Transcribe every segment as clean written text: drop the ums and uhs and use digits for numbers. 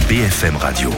BFM Radio.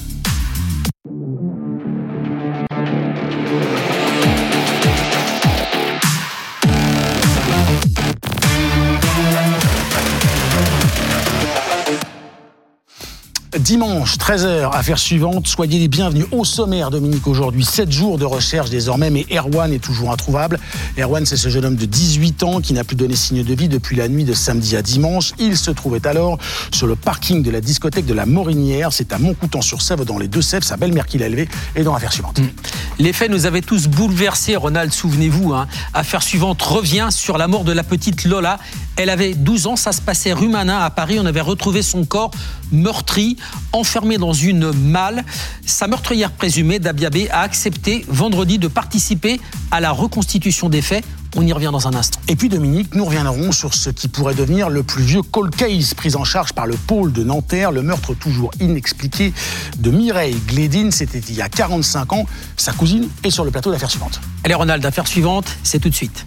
Dimanche, 13h, affaire suivante. Soyez les bienvenus au sommaire, Dominique, aujourd'hui. 7 jours de recherche désormais, mais Erwan est toujours introuvable. Erwan, c'est ce jeune homme de 18 ans qui n'a plus donné signe de vie depuis la nuit de samedi à dimanche. Il se trouvait alors sur le parking de la discothèque de la Morinière. C'est à Montcoutan-sur-Sèvre, dans les Deux-Sèvres. Sa belle-mère qui l'a élevé. Et dans l'affaire suivante. Les faits nous avaient tous bouleversés, Ronald, souvenez-vous. Affaire suivante revient sur la mort de la petite Lola. Elle avait 12 ans, ça se passait rue Manin à Paris. On avait retrouvé son corps meurtri, enfermé dans une malle. Sa meurtrière présumée, Dabia B, a accepté vendredi de participer à la reconstitution des faits. On y revient dans un instant. Et puis Dominique, nous reviendrons sur ce qui pourrait devenir le plus vieux cold case pris en charge par le pôle de Nanterre, le meurtre toujours inexpliqué de Mireille Glédine. C'était il y a 45 ans. Sa cousine est sur le plateau d'affaires suivante. Allez Ronald, affaire suivante, c'est tout de suite.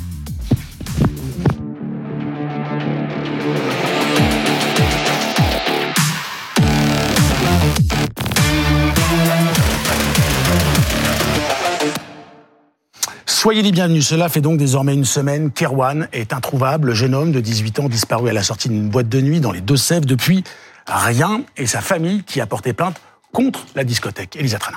Soyez les bienvenus. Cela fait donc désormais une semaine qu'Erwan est introuvable. Le jeune homme de 18 ans disparu à la sortie d'une boîte de nuit dans les Deux-Sèvres. Depuis, rien. Et sa famille qui a porté plainte contre la discothèque. Élisa Tranin.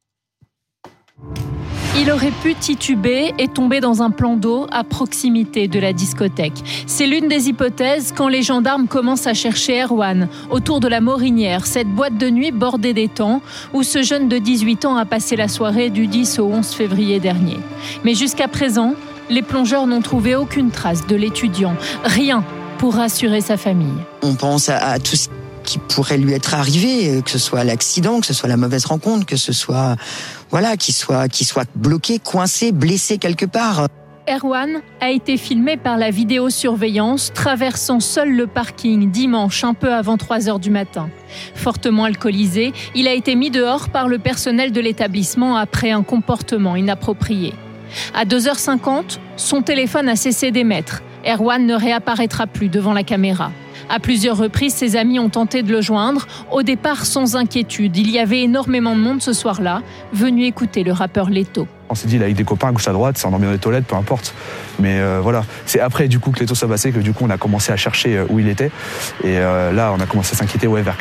Il aurait pu tituber et tomber dans un plan d'eau à proximité de la discothèque. C'est l'une des hypothèses quand les gendarmes commencent à chercher Erwan autour de la Morinière, cette boîte de nuit bordée d'étangs où ce jeune de 18 ans a passé la soirée du 10 au 11 février dernier. Mais jusqu'à présent, les plongeurs n'ont trouvé aucune trace de l'étudiant. Rien pour rassurer sa famille. On pense à tout ce qui pourrait lui être arrivé, que ce soit l'accident, que ce soit la mauvaise rencontre, que ce soit qu'il soit bloqué, coincé, blessé quelque part. Erwan a été filmé par la vidéosurveillance traversant seul le parking dimanche un peu avant 3h du matin. Fortement alcoolisé, il a été mis dehors par le personnel de l'établissement après un comportement inapproprié. À 2h50, son téléphone a cessé d'émettre. Erwan ne réapparaîtra plus devant la caméra. À plusieurs reprises, ses amis ont tenté de le joindre, au départ sans inquiétude. Il y avait énormément de monde ce soir-là, venu écouter le rappeur Leto. On s'est dit, il est avec des copains à gauche à droite, c'est endormi dans les toilettes, peu importe. Mais voilà, c'est après du coup que Leto s'est passé que du coup on a commencé à chercher où il était. Et là, on a commencé à s'inquiéter vers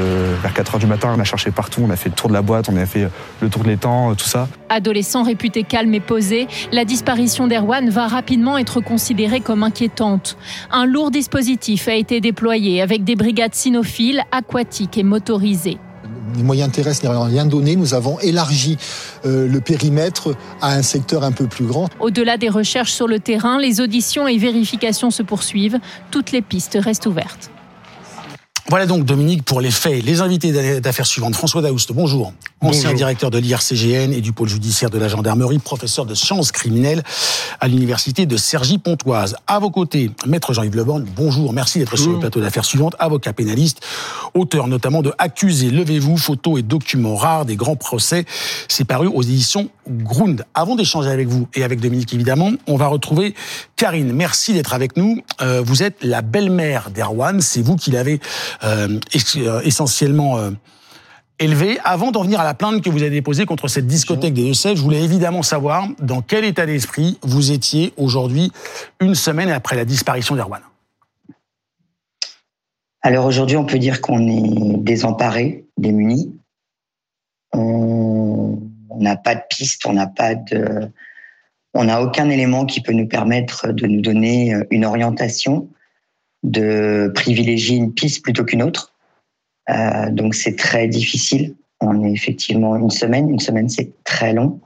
4h du matin. On a cherché partout, on a fait le tour de la boîte, on a fait le tour de l'étang, tout ça. Adolescent réputé calme et posé, la disparition d'Erwan va rapidement être considérée comme inquiétante. Un lourd dispositif a été déployé avec des brigades cynophiles, aquatiques et motorisées. Les moyens terrestres n'ayant rien donné, nous avons élargi le périmètre à un secteur un peu plus grand. Au-delà des recherches sur le terrain, les auditions et vérifications se poursuivent. Toutes les pistes restent ouvertes. Voilà donc, Dominique, pour les faits. Les invités d'affaires suivantes. François Daoust, bonjour. Ancien directeur de l'IRCGN et du pôle judiciaire de la gendarmerie, professeur de sciences criminelles à l'université de Cergy-Pontoise. À vos côtés, maître Jean-Yves Leborgne, bonjour. Merci d'être sur le plateau d'affaires suivantes. Avocat pénaliste, auteur notamment de Accusés, levez-vous, photos et documents rares des grands procès. C'est paru aux éditions Grund. Avant d'échanger avec vous et avec Dominique, évidemment, on va retrouver Karine. Merci d'être avec nous. Vous êtes la belle-mère d'Erwan. C'est vous qui l'avez essentiellement élevé. Avant d'en venir à la plainte que vous avez déposée contre cette discothèque des Deux-Sèvres, je voulais évidemment savoir dans quel état d'esprit vous étiez aujourd'hui, une semaine après la disparition d'Erwan. Alors aujourd'hui, on peut dire qu'on est désemparé, démuni. On n'a pas de piste, on n'a aucun élément qui peut nous permettre de nous donner une orientation, de privilégier une piste plutôt qu'une autre. Donc c'est très difficile. On est effectivement une semaine c'est très long.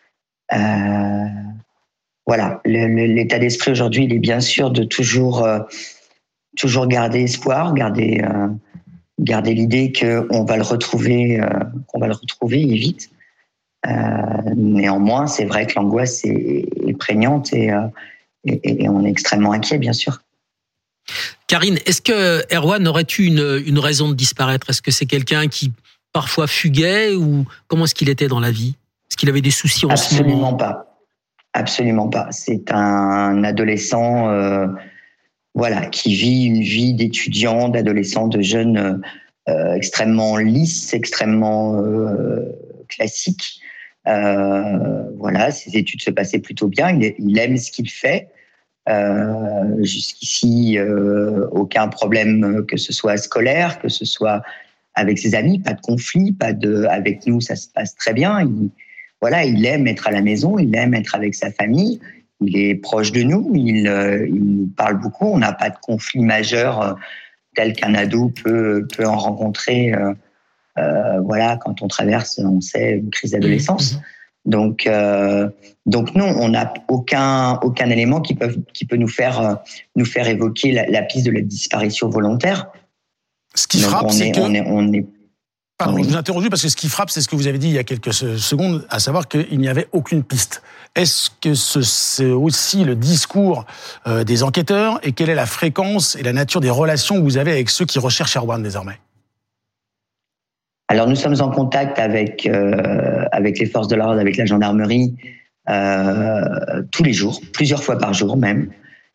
Voilà, l'état d'esprit aujourd'hui, il est bien sûr de toujours garder espoir, garder l'idée qu'on va le retrouver, et vite. Néanmoins, c'est vrai que l'angoisse est prégnante et on est extrêmement inquiet, bien sûr. Karine, est-ce que Erwan aurait eu une raison de disparaître ? Est-ce que c'est quelqu'un qui parfois fuguait ou comment est-ce qu'il était dans la vie ? Est-ce qu'il avait des soucis en ce moment ? Absolument pas. C'est un adolescent qui vit une vie d'étudiant, d'adolescent, de jeune extrêmement lisse, extrêmement classique. Voilà, ses études se passaient plutôt bien. Il aime ce qu'il fait. Jusqu'ici, aucun problème, que ce soit scolaire, que ce soit avec ses amis, pas de conflit, avec nous, ça se passe très bien. Il aime être à la maison, il aime être avec sa famille, il est proche de nous, il nous parle beaucoup. On n'a pas de conflit majeur tel qu'un ado peut en rencontrer. Quand on traverse, on sait, une crise d'adolescence. Donc non, on n'a aucun élément qui peut nous faire évoquer la piste de la disparition volontaire. Ce qui frappe, c'est que... Pardon, je vous interromps parce que ce qui frappe, c'est ce que vous avez dit il y a quelques secondes, à savoir qu'il n'y avait aucune piste. Est-ce que c'est aussi le discours des enquêteurs, et quelle est la fréquence et la nature des relations que vous avez avec ceux qui recherchent Erwan désormais ? Alors, nous sommes en contact avec les forces de l'ordre, avec la gendarmerie, tous les jours, plusieurs fois par jour même.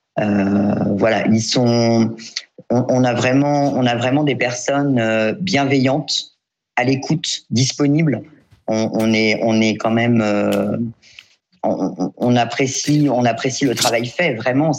On a vraiment des personnes bienveillantes, à l'écoute, disponibles. On est quand même, on apprécie le travail fait. Vraiment,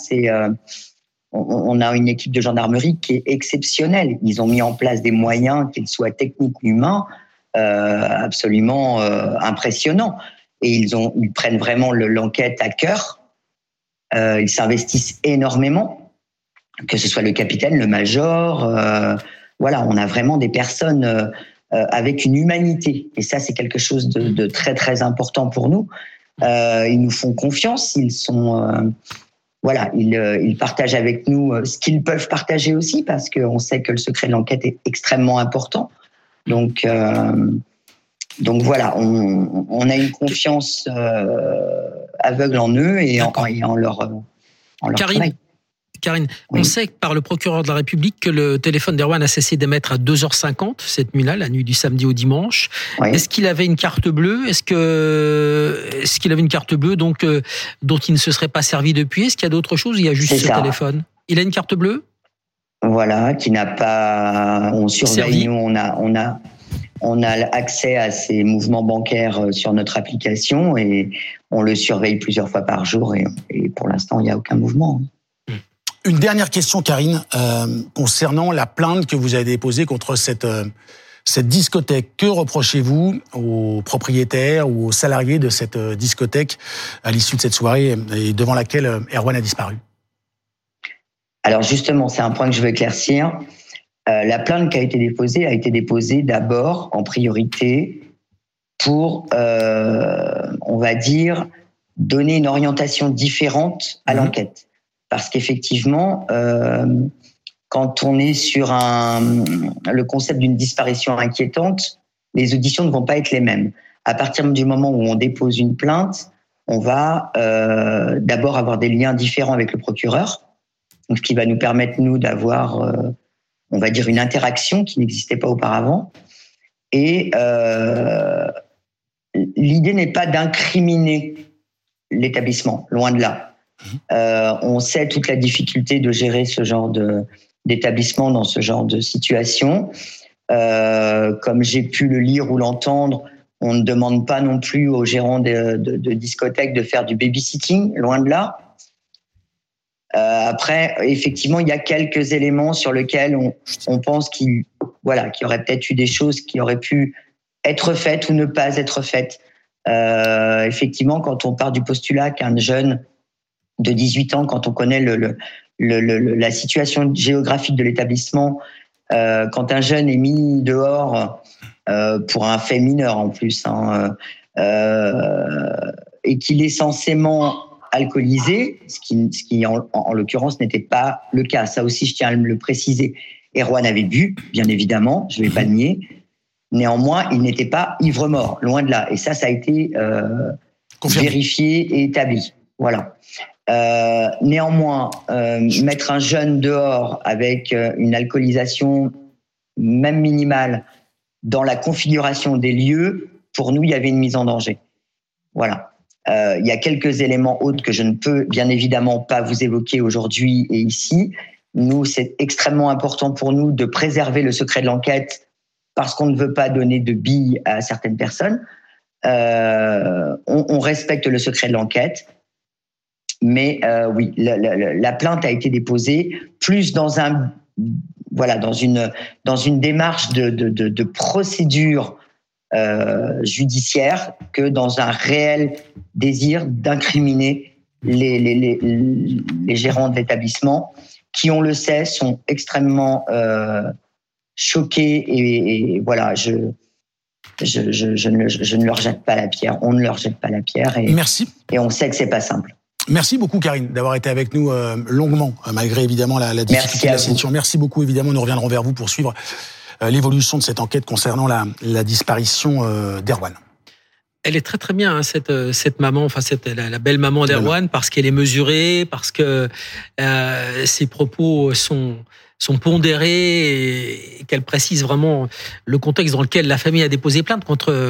on a une équipe de gendarmerie qui est exceptionnelle. Ils ont mis en place des moyens, qu'ils soient techniques ou humains, absolument impressionnants. Et ils prennent vraiment l'enquête à cœur. Ils s'investissent énormément, que ce soit le capitaine, le major. On a vraiment des personnes avec une humanité. Et ça, c'est quelque chose de très, très important pour nous. Ils nous font confiance. Ils sont... ils partagent avec nous ce qu'ils peuvent partager aussi, parce qu'on sait que le secret de l'enquête est extrêmement important. Donc voilà, on a une confiance aveugle en eux et en leur travail. Karine, oui. On sait par le procureur de la République que le téléphone d'Erwan a cessé d'émettre à 2h50 cette nuit-là, la nuit du samedi au dimanche. Oui. Est-ce qu'il avait une carte bleue ? Est-ce qu'il avait une carte bleue dont il ne se serait pas servi depuis ? Est-ce qu'il y a d'autres choses ? Il y a juste téléphone. Il a une carte bleue ? Voilà, qui n'a pas... On surveille, nous, on a accès à ces mouvements bancaires sur notre application et on le surveille plusieurs fois par jour et pour l'instant, il n'y a aucun mouvement. Une dernière question, Karine, concernant la plainte que vous avez déposée contre cette discothèque. Que reprochez-vous aux propriétaires ou aux salariés de cette discothèque à l'issue de cette soirée et devant laquelle Erwan a disparu ? Alors justement, c'est un point que je veux éclaircir. La plainte qui a été déposée d'abord en priorité pour, on va dire, donner une orientation différente à l'enquête. Parce qu'effectivement, quand on est sur le concept d'une disparition inquiétante, les auditions ne vont pas être les mêmes. À partir du moment où on dépose une plainte, on va d'abord avoir des liens différents avec le procureur, donc ce qui va nous permettre, nous, d'avoir, on va dire, une interaction qui n'existait pas auparavant. Et l'idée n'est pas d'incriminer l'établissement, loin de là. On sait toute la difficulté de gérer ce genre d'établissement dans ce genre de situation. Comme j'ai pu le lire ou l'entendre, on ne demande pas non plus aux gérants de discothèques de faire du babysitting, loin de là. Après, effectivement, il y a quelques éléments sur lesquels on pense qu'il y aurait peut-être eu des choses qui auraient pu être faites ou ne pas être faites. Effectivement, quand on part du postulat qu'un jeune de 18 ans, quand on connaît la situation géographique de l'établissement, quand un jeune est mis dehors pour un fait mineur en plus, et qu'il est censément alcoolisé, ce qui en l'occurrence n'était pas le cas. Ça aussi, je tiens à le préciser. Erwan avait bu, bien évidemment, je ne vais pas le nier. Néanmoins, il n'était pas ivre-mort, loin de là. Et ça a été vérifié et établi. Voilà. Néanmoins, mettre un jeune dehors avec une alcoolisation même minimale dans la configuration des lieux, pour nous, il y avait une mise en danger. Voilà. Il y a quelques éléments autres que je ne peux bien évidemment pas vous évoquer aujourd'hui et ici, Nous, c'est extrêmement important pour nous de préserver le secret de l'enquête parce qu'on ne veut pas donner de billes à certaines personnes. On respecte le secret de l'enquête. Mais oui, la plainte a été déposée plus dans une démarche de procédure judiciaire que dans un réel désir d'incriminer les gérants de l'établissement qui, on le sait, sont extrêmement choqués et voilà, je ne leur jette pas la pierre. On ne leur jette pas la pierre. Merci. Et on sait que c'est pas simple. Merci beaucoup, Karine, d'avoir été avec nous longuement, malgré évidemment la difficulté de la situation. Merci beaucoup. Évidemment, nous reviendrons vers vous pour suivre l'évolution de cette enquête concernant la disparition d'Erwan. Elle est très très bien, hein, cette maman, enfin la belle maman d'Erwan, parce qu'elle est mesurée, parce que ses propos sont pondérés et qu'elle précise vraiment le contexte dans lequel la famille a déposé plainte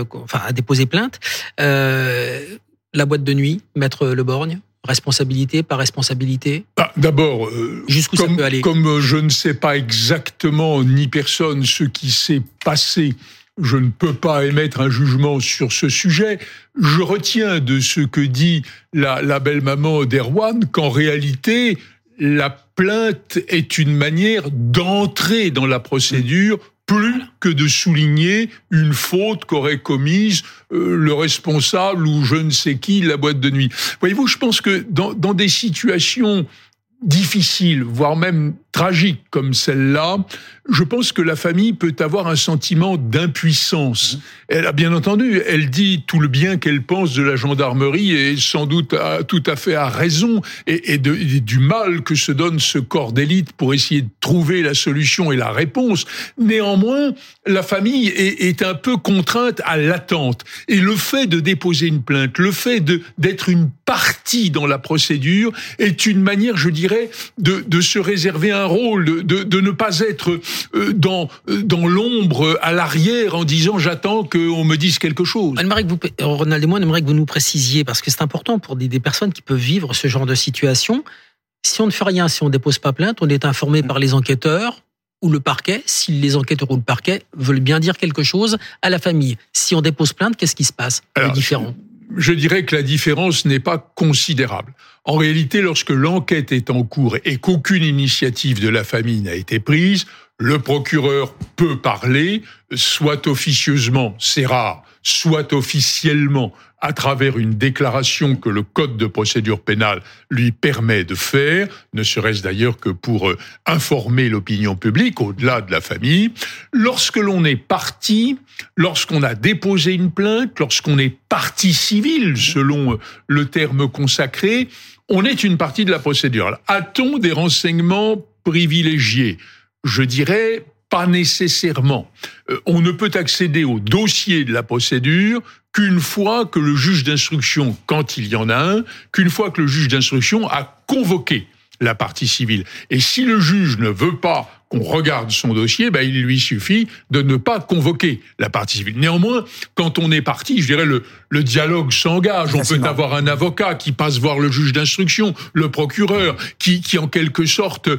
la boîte de nuit, Maître Le Borgne. Responsabilité, pas responsabilité? D'abord, jusqu'où ça peut aller? Comme je ne sais pas exactement, ni personne, ce qui s'est passé, je ne peux pas émettre un jugement sur ce sujet. Je retiens de ce que dit la belle-maman d'Erwan qu'en réalité, la plainte est une manière d'entrer dans la procédure plus que de souligner une faute qu'aurait commise le responsable ou je ne sais qui, la boîte de nuit. Voyez-vous, je pense que dans des situations difficiles, voire même tragiques comme celle-là, je pense que la famille peut avoir un sentiment d'impuissance. Elle a bien entendu, elle dit tout le bien qu'elle pense de la gendarmerie et sans doute tout à fait à raison et du mal que se donne ce corps d'élite pour essayer de trouver la solution et la réponse. Néanmoins, la famille est un peu contrainte à l'attente. Et le fait de déposer une plainte, le fait d'être une partie dans la procédure est une manière, je dirais, de se réserver un rôle, de ne pas être dans l'ombre, à l'arrière, en disant j'attends qu'on me dise quelque chose. Ronald et moi, on aimerait que vous nous précisiez, parce que c'est important pour des personnes qui peuvent vivre ce genre de situation. Si on ne fait rien, si on ne dépose pas plainte, on est informé par les enquêteurs ou le parquet, si les enquêteurs ou le parquet veulent bien dire quelque chose à la famille. Si on dépose plainte, qu'est-ce qui se passe? Alors, le différent. Je dirais que la différence n'est pas considérable. En réalité, lorsque l'enquête est en cours et qu'aucune initiative de la famille n'a été prise, le procureur peut parler, soit officieusement, c'est rare, soit officiellement, à travers une déclaration que le Code de procédure pénale lui permet de faire, ne serait-ce d'ailleurs que pour informer l'opinion publique, au-delà de la famille. Lorsque l'on est partie, lorsqu'on a déposé une plainte, lorsqu'on est partie civile, selon le terme consacré, on est une partie de la procédure. Alors, a-t-on des renseignements privilégiés? Je dirais pas nécessairement. On ne peut accéder au dossier de la procédure qu'une fois que le juge d'instruction, quand il y en a un, qu'une fois que le juge d'instruction a convoqué la partie civile. Et si le juge ne veut pas qu'on regarde son dossier, il lui suffit de ne pas convoquer la partie civile. Néanmoins, quand on est parti, je dirais, le dialogue s'engage. On peut avoir un avocat qui passe voir le juge d'instruction, le procureur, qui en quelque sorte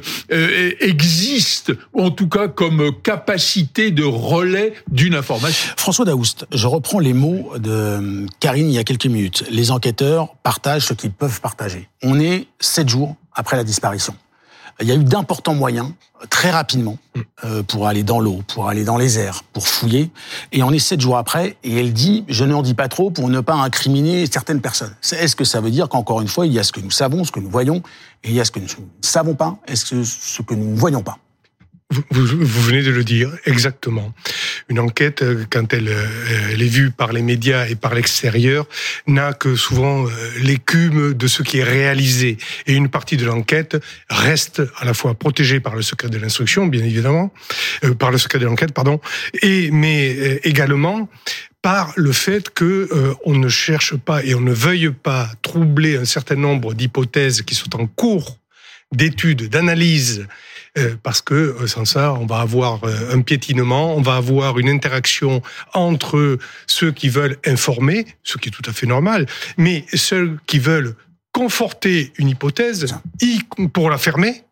existe, en tout cas comme capacité de relais d'une information. François Daoust, je reprends les mots de Karine il y a quelques minutes. Les enquêteurs partagent ce qu'ils peuvent partager. On est 7 jours après la disparition. Il y a eu d'importants moyens, très rapidement, pour aller dans l'eau, pour aller dans les airs, pour fouiller. Et on est 7 jours après, et elle dit, je n'en dis pas trop pour ne pas incriminer certaines personnes. Est-ce que ça veut dire qu'encore une fois, il y a ce que nous savons, ce que nous voyons, et il y a ce que nous ne savons pas, ce que nous ne voyons pas? Vous venez de le dire, exactement. Une enquête, quand elle est vue par les médias et par l'extérieur, n'a que souvent l'écume de ce qui est réalisé. Et une partie de l'enquête reste à la fois protégée par le secret de l'instruction, bien évidemment, par le secret de l'enquête, pardon, mais également par le fait que on ne cherche pas et on ne veuille pas troubler un certain nombre d'hypothèses qui sont en cours d'études, d'analyse, parce que sans ça, on va avoir un piétinement, on va avoir une interaction entre ceux qui veulent informer, ce qui est tout à fait normal, mais ceux qui veulent conforter une hypothèse pour la fermer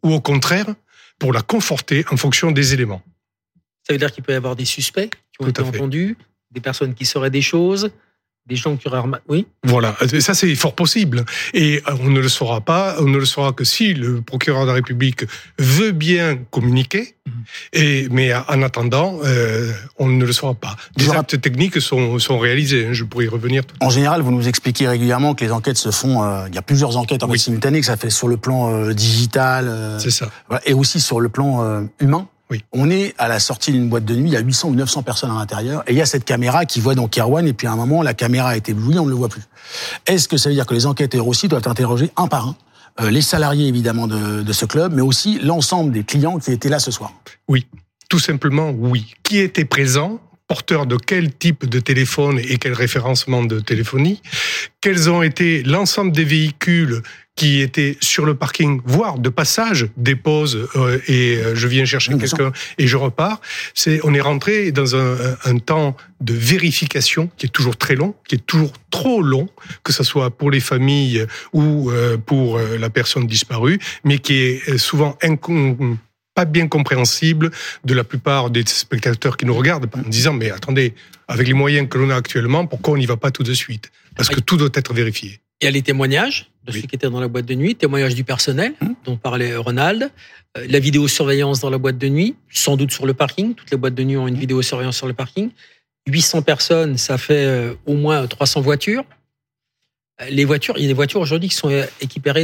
ou au contraire, pour la conforter en fonction des éléments. Ça veut dire qu'il peut y avoir des suspects qui ont été entendus, des personnes qui sauraient des choses, des gens qui auraient... Oui. Voilà, ça c'est fort possible. Et on ne le saura pas, on ne le saura que si le procureur de la République veut bien communiquer, mais en attendant, on ne le saura pas. Des actes techniques sont réalisés, je pourrais y revenir. En général, vous nous expliquez régulièrement que les enquêtes se font, il y a plusieurs enquêtes en simultané, que ça fait sur le plan digital, c'est ça. Et aussi sur le plan humain. Oui. On est à la sortie d'une boîte de nuit, il y a 800 ou 900 personnes à l'intérieur, et il y a cette caméra qui voit donc Erwan, et puis à un moment, la caméra a été éblouie, on ne le voit plus. Est-ce que ça veut dire que les enquêteurs aussi doivent interroger un par un les salariés évidemment de ce club, mais aussi l'ensemble des clients qui étaient là ce soir? Oui, tout simplement oui. Qui était présent? Porteur de quel type de téléphone et quel référencement de téléphonie? Quels ont été l'ensemble des véhicules qui étaient sur le parking, voire de passage, dépose et je viens chercher quelqu'un et je repars. On est rentré dans un temps de vérification qui est toujours très long, qui est toujours trop long, que ce soit pour les familles ou pour la personne disparue, mais qui est souvent pas bien compréhensible de la plupart des spectateurs qui nous regardent en disant mais attendez, avec les moyens que l'on a actuellement, pourquoi on n'y va pas tout de suite? Parce que tout doit être vérifié. Il y a les témoignages de ceux qui étaient dans la boîte de nuit, témoignages du personnel dont parlait Ronald, la vidéosurveillance dans la boîte de nuit, sans doute sur le parking, toutes les boîtes de nuit ont une vidéosurveillance sur le parking. 800 personnes, ça fait au moins 300 voitures. Les voitures, il y a des voitures aujourd'hui qui sont équipées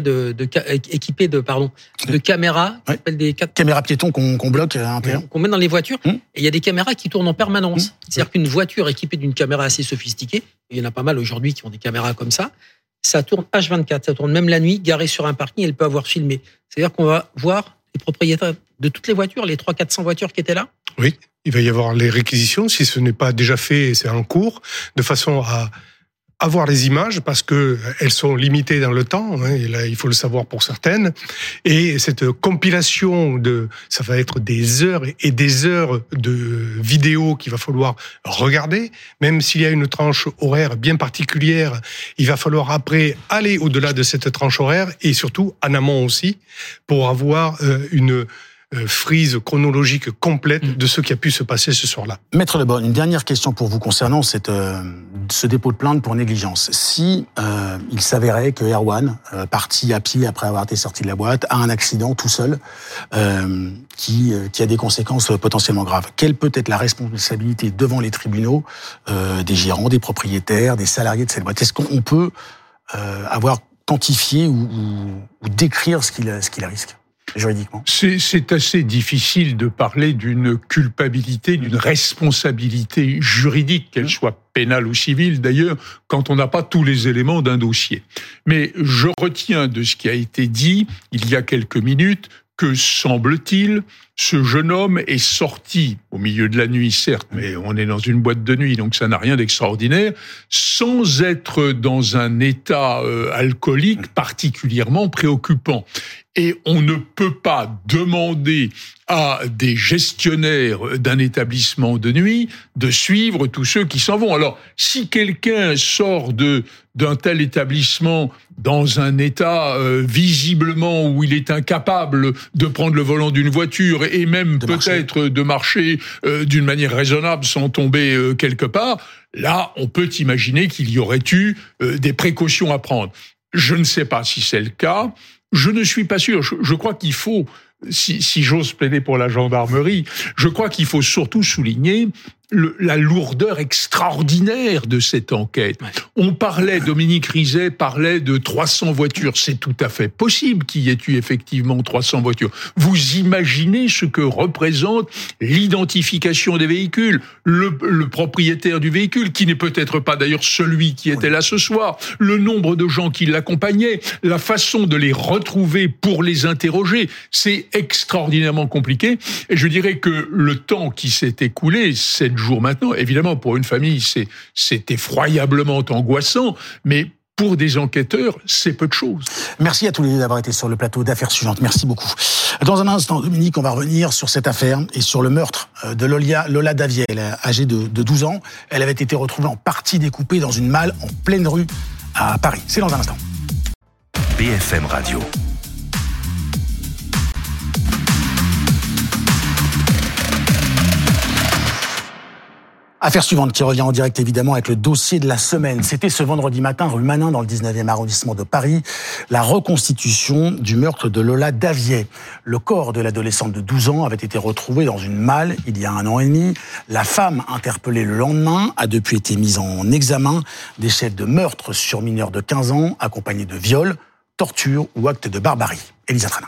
de caméras, qui s'appellent des caméras piétons qu'on bloque à l'intérieur, qu'on met dans les voitures. Et il y a des caméras qui tournent en permanence. C'est-à-dire qu'une voiture équipée d'une caméra assez sophistiquée, il y en a pas mal aujourd'hui qui ont des caméras comme ça tourne H24, ça tourne même la nuit, garée sur un parking, elle peut avoir filmé. C'est-à-dire qu'on va voir les propriétaires de toutes les voitures, les 300-400 voitures qui étaient là. Oui, il va y avoir les réquisitions, si ce n'est pas déjà fait, c'est en cours, de façon à avoir les images parce que elles sont limitées dans le temps, et là il faut le savoir pour certaines, et cette compilation ça va être des heures et des heures de vidéos qu'il va falloir regarder, même s'il y a une tranche horaire bien particulière, il va falloir après aller au-delà de cette tranche horaire et surtout en amont aussi pour avoir une frise chronologique complète de ce qui a pu se passer ce soir-là. Maître Lebon, une dernière question pour vous concernant ce dépôt de plainte pour négligence. Si il s'avérait que Erwan, parti à pied après avoir été sorti de la boîte, a un accident tout seul qui a des conséquences potentiellement graves, quelle peut être la responsabilité devant les tribunaux des gérants, des propriétaires, des salariés de cette boîte? Est-ce qu'on peut avoir quantifié ou décrire ce qu'il risque juridiquement? C'est assez difficile de parler d'une culpabilité, d'une responsabilité juridique, qu'elle soit pénale ou civile d'ailleurs, quand on n'a pas tous les éléments d'un dossier. Mais je retiens de ce qui a été dit il y a quelques minutes que, semble-t-il, ce jeune homme est sorti au milieu de la nuit, certes, mais on est dans une boîte de nuit, donc ça n'a rien d'extraordinaire, sans être dans un état alcoolique particulièrement préoccupant. Et on ne peut pas demander à des gestionnaires d'un établissement de nuit de suivre tous ceux qui s'en vont. Alors, si quelqu'un sort d'un tel établissement dans un état visiblement où il est incapable de prendre le volant d'une voiture et même peut-être de marcher d'une manière raisonnable sans tomber quelque part, là, on peut imaginer qu'il y aurait eu des précautions à prendre. Je ne sais pas si c'est le cas. Je ne suis pas sûr. Je crois qu'il faut, si j'ose plaider pour la gendarmerie, je crois qu'il faut surtout souligner la lourdeur extraordinaire de cette enquête. On parlait, Dominique Rizet parlait de 300 voitures. C'est tout à fait possible qu'il y ait eu effectivement 300 voitures. Vous imaginez ce que représente l'identification des véhicules, le propriétaire du véhicule, qui n'est peut-être pas d'ailleurs celui qui était là ce soir, le nombre de gens qui l'accompagnaient, la façon de les retrouver pour les interroger. C'est extraordinairement compliqué. Et je dirais que le temps qui s'est écoulé, 7 jours maintenant, évidemment, pour une famille, c'est effroyablement angoissant, mais pour des enquêteurs, c'est peu de choses. Merci à tous les deux d'avoir été sur le plateau d'Affaires suivantes. Merci beaucoup. Dans un instant, Dominique, on va revenir sur cette affaire et sur le meurtre de Lola Davier. Elle est âgée de 12 ans. Elle avait été retrouvée en partie découpée dans une malle en pleine rue à Paris. C'est dans un instant. BFM Radio. Affaire suivante qui revient en direct évidemment avec le dossier de la semaine. C'était ce vendredi matin rue Manin dans le 19e arrondissement de Paris, la reconstitution du meurtre de Lola Daviet. Le corps de l'adolescente de 12 ans avait été retrouvé dans une malle il y a 1 an et demi. La femme interpellée le lendemain a depuis été mise en examen des chefs de meurtre sur mineurs de 15 ans accompagnés de viols, tortures ou actes de barbarie. Elisa Trana.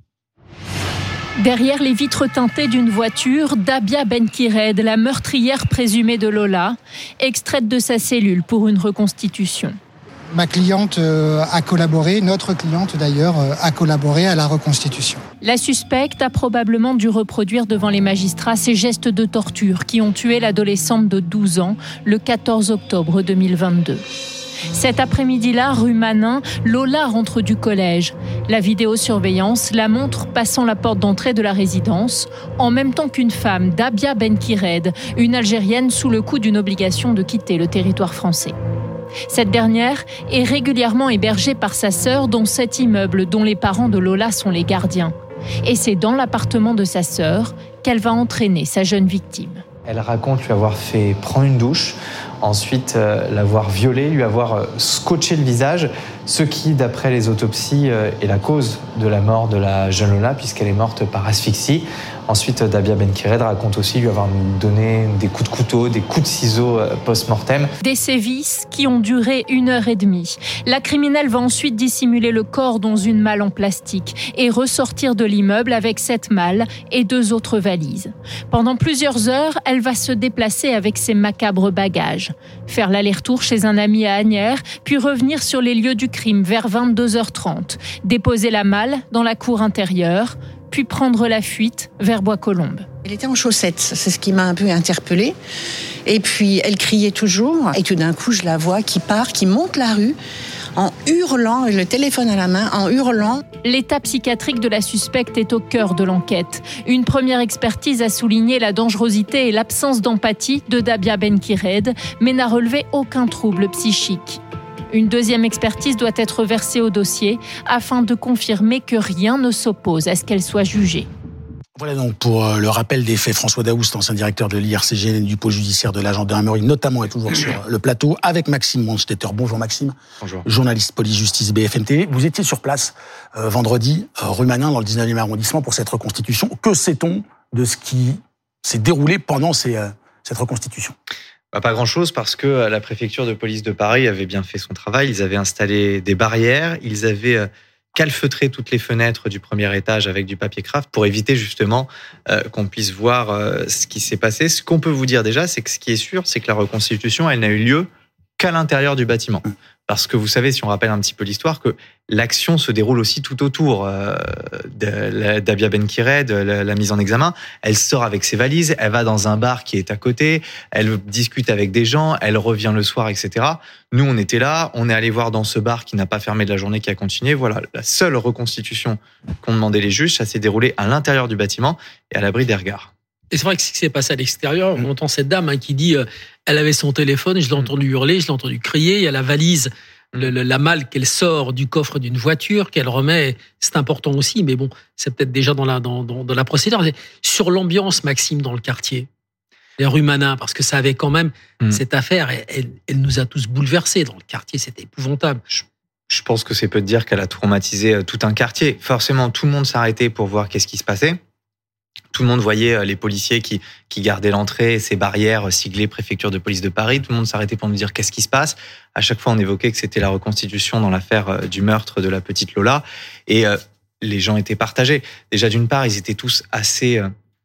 Derrière les vitres teintées d'une voiture, Dabia Benkired, la meurtrière présumée de Lola, extraite de sa cellule pour une reconstitution. Ma cliente a collaboré, notre cliente d'ailleurs, a collaboré à la reconstitution. La suspecte a probablement dû reproduire devant les magistrats ces gestes de torture qui ont tué l'adolescente de 12 ans le 14 octobre 2022. Cet après-midi-là, rue Manin, Lola rentre du collège. La vidéosurveillance la montre passant la porte d'entrée de la résidence, en même temps qu'une femme, Dabia Benkired, une Algérienne sous le coup d'une obligation de quitter le territoire français. Cette dernière est régulièrement hébergée par sa sœur dans cet immeuble dont les parents de Lola sont les gardiens. Et c'est dans l'appartement de sa sœur qu'elle va entraîner sa jeune victime. Elle raconte lui avoir fait prendre une douche, ensuite l'avoir violée, lui avoir scotché le visage, ce qui, d'après les autopsies, est la cause de la mort de la jeune Lola, puisqu'elle est morte par asphyxie. Ensuite, Dabia Benkired raconte aussi lui avoir donné des coups de couteau, des coups de ciseaux post-mortem. Des sévices qui ont duré 1h30. La criminelle va ensuite dissimuler le corps dans une malle en plastique et ressortir de l'immeuble avec cette malle et 2 autres valises. Pendant plusieurs heures, elle va se déplacer avec ses macabres bagages. Faire l'aller-retour chez un ami à Asnières, puis revenir sur les lieux du crime vers 22h30. Déposer la malle dans la cour intérieure, puis prendre la fuite vers Bois-Colombes. Elle était en chaussettes, c'est ce qui m'a un peu interpellée. Et puis elle criait toujours, et tout d'un coup je la vois qui part, qui monte la rue, en hurlant, le téléphone à la main, en hurlant. L'état psychiatrique de la suspecte est au cœur de l'enquête. Une première expertise a souligné la dangerosité et l'absence d'empathie de Dabia Benkired, mais n'a relevé aucun trouble psychique. Une deuxième expertise doit être versée au dossier afin de confirmer que rien ne s'oppose à ce qu'elle soit jugée. Voilà donc pour le rappel des faits. François Daoust, ancien directeur de l'IRCGN et du pôle judiciaire de la gendarmerie, notamment, est toujours sur le plateau avec Maxime Monstetter. Bonjour Maxime. Bonjour. Journaliste police-justice BFM TV. Vous étiez sur place vendredi, rue Manin, dans le 19e arrondissement, pour cette reconstitution. Que sait-on de ce qui s'est déroulé pendant cette reconstitution ? Pas grand-chose, parce que la préfecture de police de Paris avait bien fait son travail. Ils avaient installé des barrières, ils avaient calfeutré toutes les fenêtres du premier étage avec du papier craft pour éviter justement qu'on puisse voir ce qui s'est passé. Ce qu'on peut vous dire déjà, c'est que ce qui est sûr, c'est que la reconstitution, elle n'a eu lieu qu'à l'intérieur du bâtiment. Parce que vous savez, si on rappelle un petit peu l'histoire, que l'action se déroule aussi tout autour de Dabia Benkired, la mise en examen. Elle sort avec ses valises, elle va dans un bar qui est à côté, elle discute avec des gens, elle revient le soir, etc. Nous, on était là, on est allé voir dans ce bar qui n'a pas fermé de la journée, qui a continué. Voilà, la seule reconstitution qu'ont demandé les juges, ça s'est déroulé à l'intérieur du bâtiment et à l'abri des regards. Et c'est vrai que ce qui s'est passé à l'extérieur, on entend cette dame qui dit elle avait son téléphone, je l'ai entendu hurler, je l'ai entendu crier, il y a la valise, la malle qu'elle sort du coffre d'une voiture, qu'elle remet, c'est important aussi, mais bon, c'est peut-être déjà dans la procédure. Sur l'ambiance, Maxime, dans le quartier, les rues Manin, parce que ça avait quand même, cette affaire, elle nous a tous bouleversés dans le quartier, c'était épouvantable. Je pense que c'est peu de dire qu'elle a traumatisé tout un quartier. Forcément, tout le monde s'arrêtait pour voir qu'est-ce qui se passait. Tout le monde voyait les policiers qui gardaient l'entrée, ces barrières siglées préfecture de police de Paris. Tout le monde s'arrêtait pour nous dire qu'est-ce qui se passe. À chaque fois, on évoquait que c'était la reconstitution dans l'affaire du meurtre de la petite Lola. Et les gens étaient partagés. Déjà, d'une part, ils étaient tous assez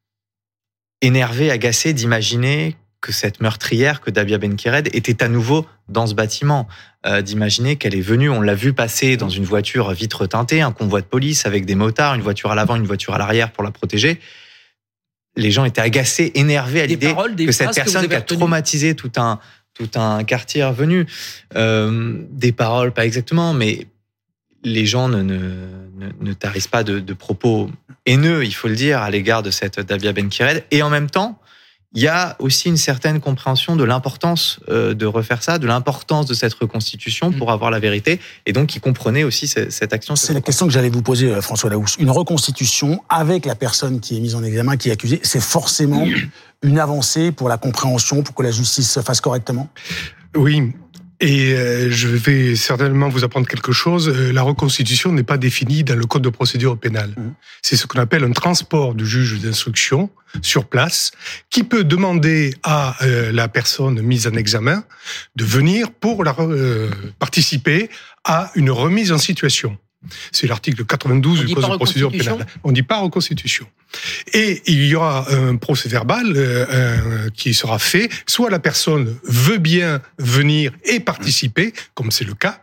énervés, agacés d'imaginer que cette meurtrière, que Dabia Benkired, était à nouveau dans ce bâtiment. D'imaginer qu'elle est venue, on l'a vu passer dans une voiture vitre teintée, un convoi de police avec des motards, une voiture à l'avant, une voiture à l'arrière pour la protéger. Les gens étaient agacés, énervés à l'idée que cette personne qui a traumatisé tout un quartier est revenue. Des paroles, pas exactement, mais les gens ne tarissent pas de propos haineux, il faut le dire, à l'égard de cette Dabia Benkired. Et en même temps, il y a aussi une certaine compréhension de l'importance de refaire ça, de l'importance de cette reconstitution pour avoir la vérité, et donc il comprenait aussi cette action. C'est la question que j'allais vous poser, François Daoust. Une reconstitution avec la personne qui est mise en examen, qui est accusée, c'est forcément une avancée pour la compréhension, pour que la justice se fasse correctement ? Oui. Et je vais certainement vous apprendre quelque chose. La reconstitution n'est pas définie dans le Code de procédure pénale. C'est ce qu'on appelle un transport du juge d'instruction sur place, qui peut demander à la personne mise en examen de venir pour participer à une remise en situation. C'est l'article 92 du Code de procédure pénale. On ne dit pas reconstitution. Et il y aura un procès-verbal qui sera fait. Soit la personne veut bien venir et participer, comme c'est le cas.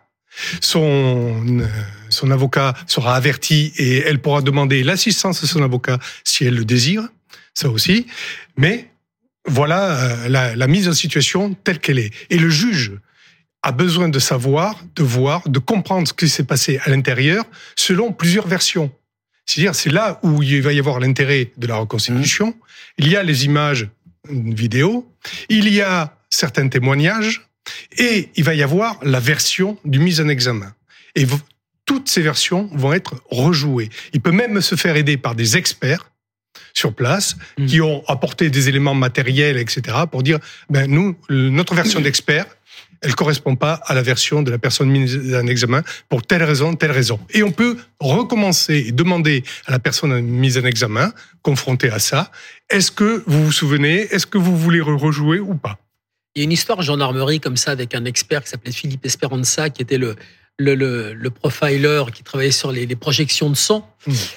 Son avocat sera averti et elle pourra demander l'assistance de son avocat si elle le désire. Ça aussi. Mais voilà la mise en situation telle qu'elle est. Et le juge a besoin de savoir, de voir, de comprendre ce qui s'est passé à l'intérieur selon plusieurs versions. C'est-à-dire, c'est là où il va y avoir l'intérêt de la reconstitution. Il y a les images vidéo, il y a certains témoignages, et il va y avoir la version du mise en examen. Et toutes ces versions vont être rejouées. Il peut même se faire aider par des experts sur place, qui ont apporté des éléments matériels, etc., pour dire, nous, notre version d'expert, elle correspond pas à la version de la personne mise en examen pour telle raison, telle raison. Et on peut recommencer et demander à la personne mise en examen, confrontée à ça, est-ce que vous vous souvenez, est-ce que vous voulez rejouer ou pas ? Il y a une histoire en gendarmerie comme ça avec un expert qui s'appelait Philippe Esperanza, qui était le profiler qui travaillait sur les projections de sang.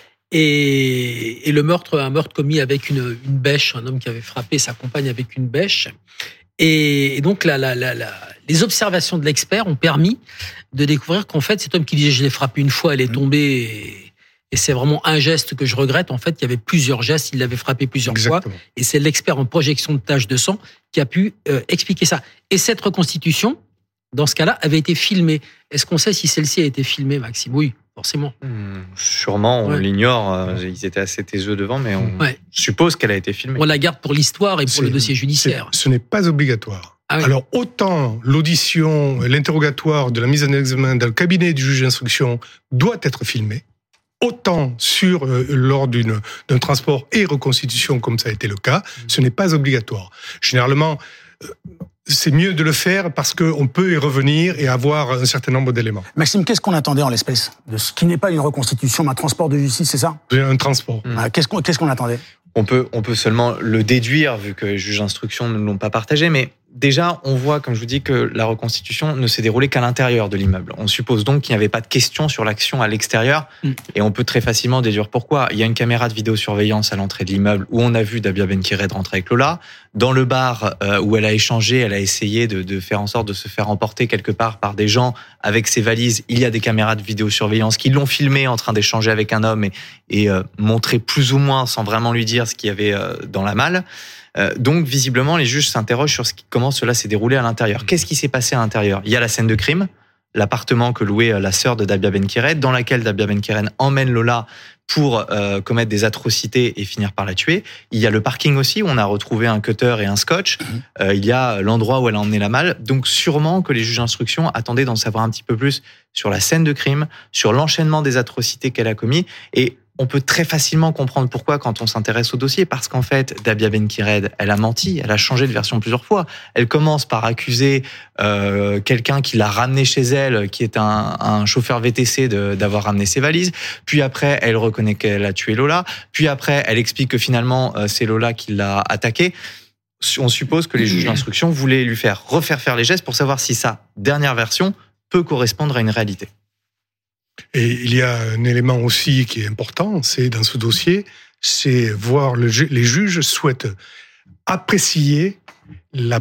Et un meurtre commis avec une bêche, un homme qui avait frappé sa compagne avec une bêche. Et donc, les observations de l'expert ont permis de découvrir qu'en fait, cet homme qui disait « je l'ai frappé une fois, elle est tombée et c'est vraiment un geste que je regrette », en fait, il y avait plusieurs gestes, il l'avait frappé plusieurs fois. Et c'est l'expert en projection de taches de sang qui a pu expliquer ça. Et cette reconstitution, dans ce cas-là, avait été filmée. Est-ce qu'on sait si celle-ci a été filmée, Maxime ? Oui, forcément. Sûrement, on l'ignore. Ils étaient assez taiseux devant, mais on suppose qu'elle a été filmée. On la garde pour l'histoire et pour le dossier judiciaire. Ce n'est pas obligatoire. Ah oui. Alors, autant l'audition, l'interrogatoire de la mise en examen dans le cabinet du juge d'instruction doit être filmé, autant lors d'un transport et reconstitution, comme ça a été le cas, ce n'est pas obligatoire. Généralement, c'est mieux de le faire parce qu'on peut y revenir et avoir un certain nombre d'éléments. Maxime, qu'est-ce qu'on attendait en l'espèce de ce qui n'est pas une reconstitution, mais un transport de justice, c'est ça ? Un transport. Qu'est-ce qu'on attendait ? On peut seulement le déduire, vu que les juges d'instruction ne l'ont pas partagé, mais déjà, on voit, comme je vous dis, que la reconstitution ne s'est déroulée qu'à l'intérieur de l'immeuble. On suppose donc qu'il n'y avait pas de question sur l'action à l'extérieur, et on peut très facilement déduire pourquoi. Il y a une caméra de vidéosurveillance à l'entrée de l'immeuble où on a vu Dabia Ben-Kired rentrer avec Lola. Dans le bar où elle a échangé, elle a essayé de faire en sorte de se faire emporter quelque part par des gens avec ses valises. Il y a des caméras de vidéosurveillance qui l'ont filmé en train d'échanger avec un homme et montrer plus ou moins, sans vraiment lui dire ce qu'il y avait dans la malle. Donc, visiblement, les juges s'interrogent sur comment cela s'est déroulé à l'intérieur. Qu'est-ce qui s'est passé à l'intérieur ? Il y a la scène de crime, l'appartement que louait la sœur de Dabia Ben-Kired, dans laquelle Dabia Ben-Kired emmène Lola pour commettre des atrocités et finir par la tuer. Il y a le parking aussi, où on a retrouvé un cutter et un scotch. Il y a l'endroit où elle a emmené la malle. Donc, sûrement que les juges d'instruction attendaient d'en savoir un petit peu plus sur la scène de crime, sur l'enchaînement des atrocités qu'elle a commis. Et on peut très facilement comprendre pourquoi quand on s'intéresse au dossier, parce qu'en fait, Dabia Ben-Kired, elle a menti, elle a changé de version plusieurs fois. Elle commence par accuser quelqu'un qui l'a ramené chez elle, qui est un chauffeur VTC, d'avoir ramené ses valises. Puis après, elle reconnaît qu'elle a tué Lola. Puis après, elle explique que finalement, c'est Lola qui l'a attaquée. On suppose que les juges d'instruction voulaient lui refaire faire les gestes pour savoir si sa dernière version peut correspondre à une réalité. Et il y a un élément aussi qui est important, c'est dans ce dossier, c'est voir les juges souhaitent apprécier le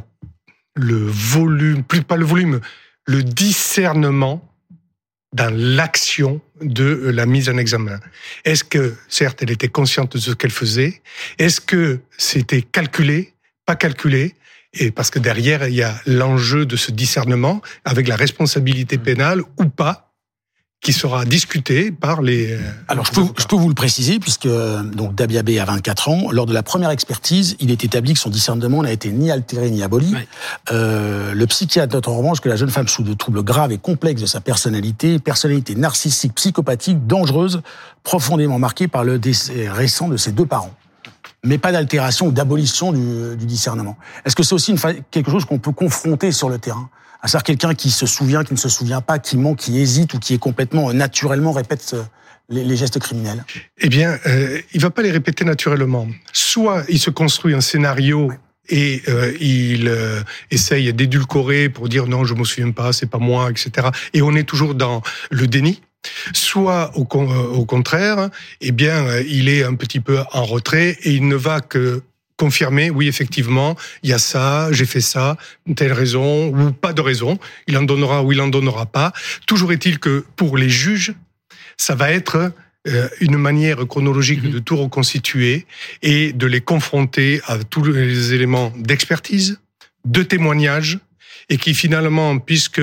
volume, plus pas le volume, le discernement dans l'action de la mise en examen. Est-ce que, certes, elle était consciente de ce qu'elle faisait? Est-ce que c'était calculé, pas calculé? Et parce que derrière, il y a l'enjeu de ce discernement avec la responsabilité pénale ou pas. qui sera discuté par les... Alors, je peux vous le préciser, puisque donc Dabia B a 24 ans. Lors de la première expertise, il est établi que son discernement n'a été ni altéré ni aboli. Oui. Le psychiatre note en revanche que la jeune femme souffre de troubles graves et complexes de sa personnalité narcissique, psychopathique, dangereuse, profondément marquée par le décès récent de ses 2 parents. Mais pas d'altération ou d'abolition du discernement. Est-ce que c'est aussi quelque chose qu'on peut confronter sur le terrain ? À savoir quelqu'un qui se souvient, qui ne se souvient pas, qui ment, qui hésite ou qui est complètement naturellement répète les gestes criminels. Eh bien, il va pas les répéter naturellement. Soit il se construit un scénario et il essaye d'édulcorer pour dire non, je me souviens pas, c'est pas moi, etc. Et on est toujours dans le déni. Soit au contraire, eh bien, il est un petit peu en retrait et il ne va que confirmer, oui, effectivement, il y a ça, j'ai fait ça, telle raison, ou pas de raison. Il en donnera ou il en donnera pas. Toujours est-il que pour les juges, ça va être une manière chronologique de tout reconstituer et de les confronter à tous les éléments d'expertise, de témoignage, et qui finalement, puisque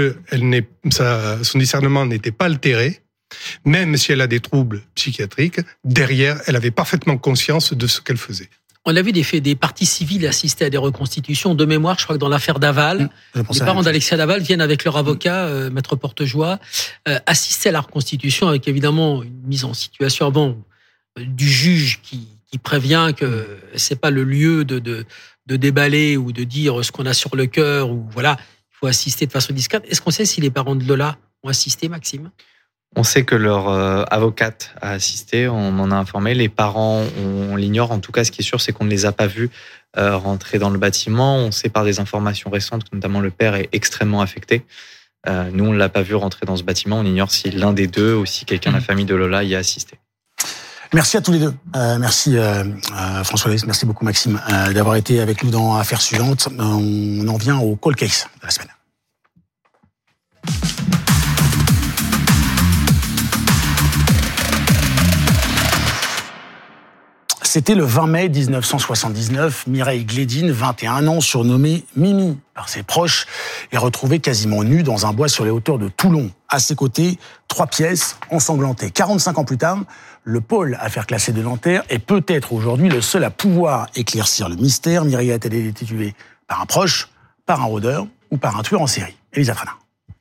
son discernement n'était pas altéré, même si elle a des troubles psychiatriques, derrière, elle avait parfaitement conscience de ce qu'elle faisait. On a vu des parties civiles assister à des reconstitutions. De mémoire, je crois que dans l'affaire Daval, les parents d'Alexia Daval viennent avec leur avocat, Maître Portejoie, assister à la reconstitution avec évidemment une mise en situation du juge qui prévient que c'est pas le lieu de déballer ou de dire ce qu'on a sur le cœur, ou voilà, il faut assister de façon discrète. Est-ce qu'on sait si les parents de Lola ont assisté, Maxime ? On sait que leur avocate a assisté, on en a informé. Les parents, on l'ignore. En tout cas, ce qui est sûr, c'est qu'on ne les a pas vus rentrer dans le bâtiment. On sait par des informations récentes que notamment le père est extrêmement affecté. Nous, on ne l'a pas vu rentrer dans ce bâtiment. On ignore si l'un des deux ou si quelqu'un de la famille de Lola y a assisté. Merci à tous les deux. Merci François Lewis, merci beaucoup Maxime d'avoir été avec nous dans Affaires suivantes. On en vient au Cold Case de la semaine. C'était le 20 mai 1979. Mireille Glédine, 21 ans, surnommée Mimi par ses proches, est retrouvée quasiment nue dans un bois sur les hauteurs de Toulon. À ses côtés, 3 pièces ensanglantées. 45 ans plus tard, le pôle affaires classées de Nanterre est peut-être aujourd'hui le seul à pouvoir éclaircir le mystère. Mireille a-t-elle été tuée par un proche, par un rôdeur ou par un tueur en série ? Elisa Trana.